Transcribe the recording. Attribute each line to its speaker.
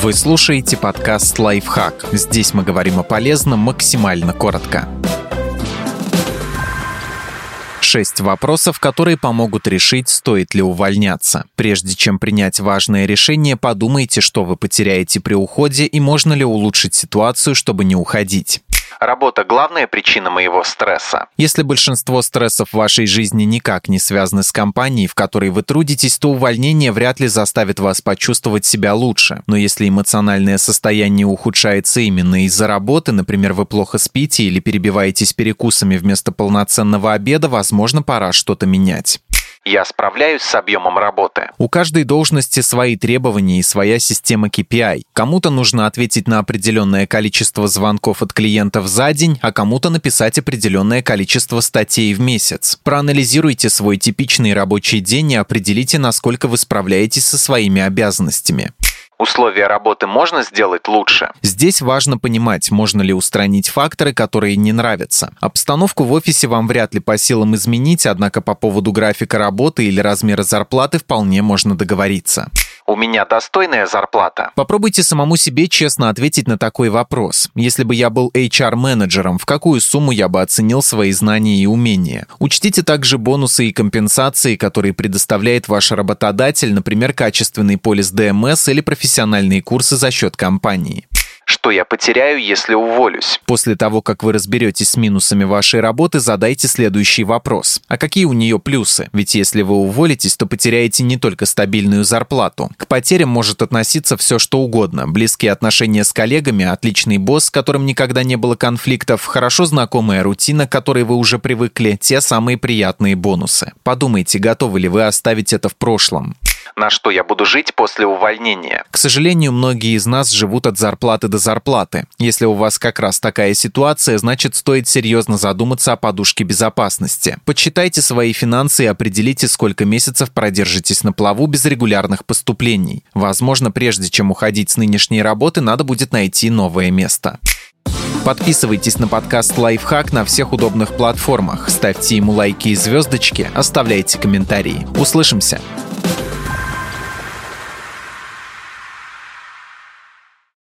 Speaker 1: Вы слушаете подкаст «Лайфхак». Здесь мы говорим о полезном максимально коротко. 6 вопросов, которые помогут решить, стоит ли увольняться. Прежде чем принять важное решение, подумайте, что вы потеряете при уходе и можно ли улучшить ситуацию, чтобы не уходить. Работа – главная причина моего стресса. Если большинство стрессов в вашей жизни никак не связаны с компанией, в которой вы трудитесь, то увольнение вряд ли заставит вас почувствовать себя лучше. Но если эмоциональное состояние ухудшается именно из-за работы, например, вы плохо спите или перебиваетесь перекусами вместо полноценного обеда, возможно, пора что-то менять. Я справляюсь с объемом работы. У каждой должности свои требования и своя система KPI. Кому-то нужно ответить на определенное количество звонков от клиентов за день, а кому-то написать определенное количество статей в месяц. Проанализируйте свой типичный рабочий день и определите, насколько вы справляетесь со своими обязанностями. Условия работы можно сделать лучше? Здесь важно понимать, можно ли устранить факторы, которые не нравятся. Обстановку в офисе вам вряд ли по силам изменить, однако по поводу графика работы или размера зарплаты вполне можно договориться. У меня достойная зарплата? Попробуйте самому себе честно ответить на такой вопрос. Если бы я был HR-менеджером, в какую сумму я бы оценил свои знания и умения? Учтите также бонусы и компенсации, которые предоставляет ваш работодатель, например, качественный полис ДМС или профессиональные курсы за счет компании. Что я потеряю, если уволюсь? После того, как вы разберетесь с минусами вашей работы, задайте следующий вопрос. А какие у нее плюсы? Ведь если вы уволитесь, то потеряете не только стабильную зарплату. К потерям может относиться все, что угодно. Близкие отношения с коллегами, отличный босс, с которым никогда не было конфликтов, хорошо знакомая рутина, к которой вы уже привыкли, те самые приятные бонусы. Подумайте, готовы ли вы оставить это в прошлом. На что я буду жить после увольнения? К сожалению, многие из нас живут от зарплаты до зарплаты. Если у вас как раз такая ситуация, значит, стоит серьезно задуматься о подушке безопасности. Подсчитайте свои финансы и определите, сколько месяцев продержитесь на плаву без регулярных поступлений. Возможно, прежде чем уходить с нынешней работы, надо будет найти новое место. Подписывайтесь на подкаст «Лайфхак» на всех удобных платформах, ставьте ему лайки и звездочки, оставляйте комментарии. Услышимся!